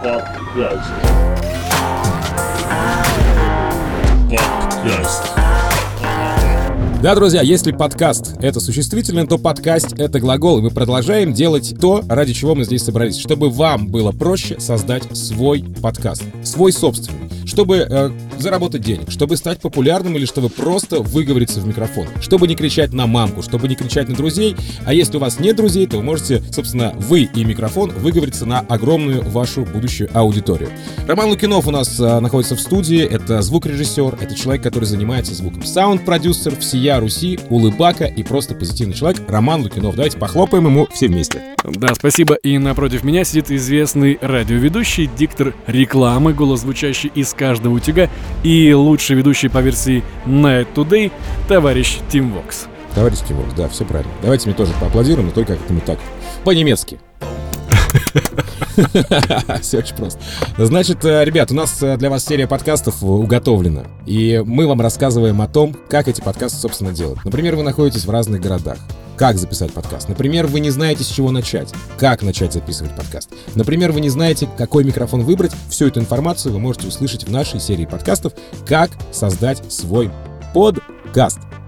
Подкаст. Да, друзья, если подкаст — это существительное, то подкаст — это глагол, и мы продолжаем делать то, ради чего мы здесь собрались, чтобы вам было проще создать свой подкаст, свой собственный, чтобы заработать денег, чтобы стать популярным или чтобы просто выговориться в микрофон, чтобы не кричать на мамку, чтобы не кричать на друзей, а если у вас нет друзей, то вы можете, собственно, вы и микрофон выговориться на огромную вашу будущую аудиторию. Роман Лукинов у нас находится в студии, это звукорежиссер, это человек, который занимается звуком, саунд-продюсер всея Руси, улыбака и просто позитивный человек Роман Лукинов. Давайте похлопаем ему все вместе. Да, спасибо. И напротив меня сидит известный радиоведущий, диктор рекламы, голос звучащий из каждого утюга и лучший ведущий по версии Night Today, товарищ Тим Вокс. Товарищ Тим Вокс, да, все правильно. Давайте мне тоже поаплодируем, но только как-нибудь так, по-немецки. Все очень просто. Значит, ребят, у нас для вас серия подкастов уготовлена. И мы вам рассказываем о том, как эти подкасты, собственно, делать. Например, вы находитесь в разных городах. Как записать подкаст? Например, вы не знаете, с чего начать. Как начать записывать подкаст? Например, вы не знаете, какой микрофон выбрать. Всю эту информацию вы можете услышать в нашей серии подкастов «Как создать свой подкаст».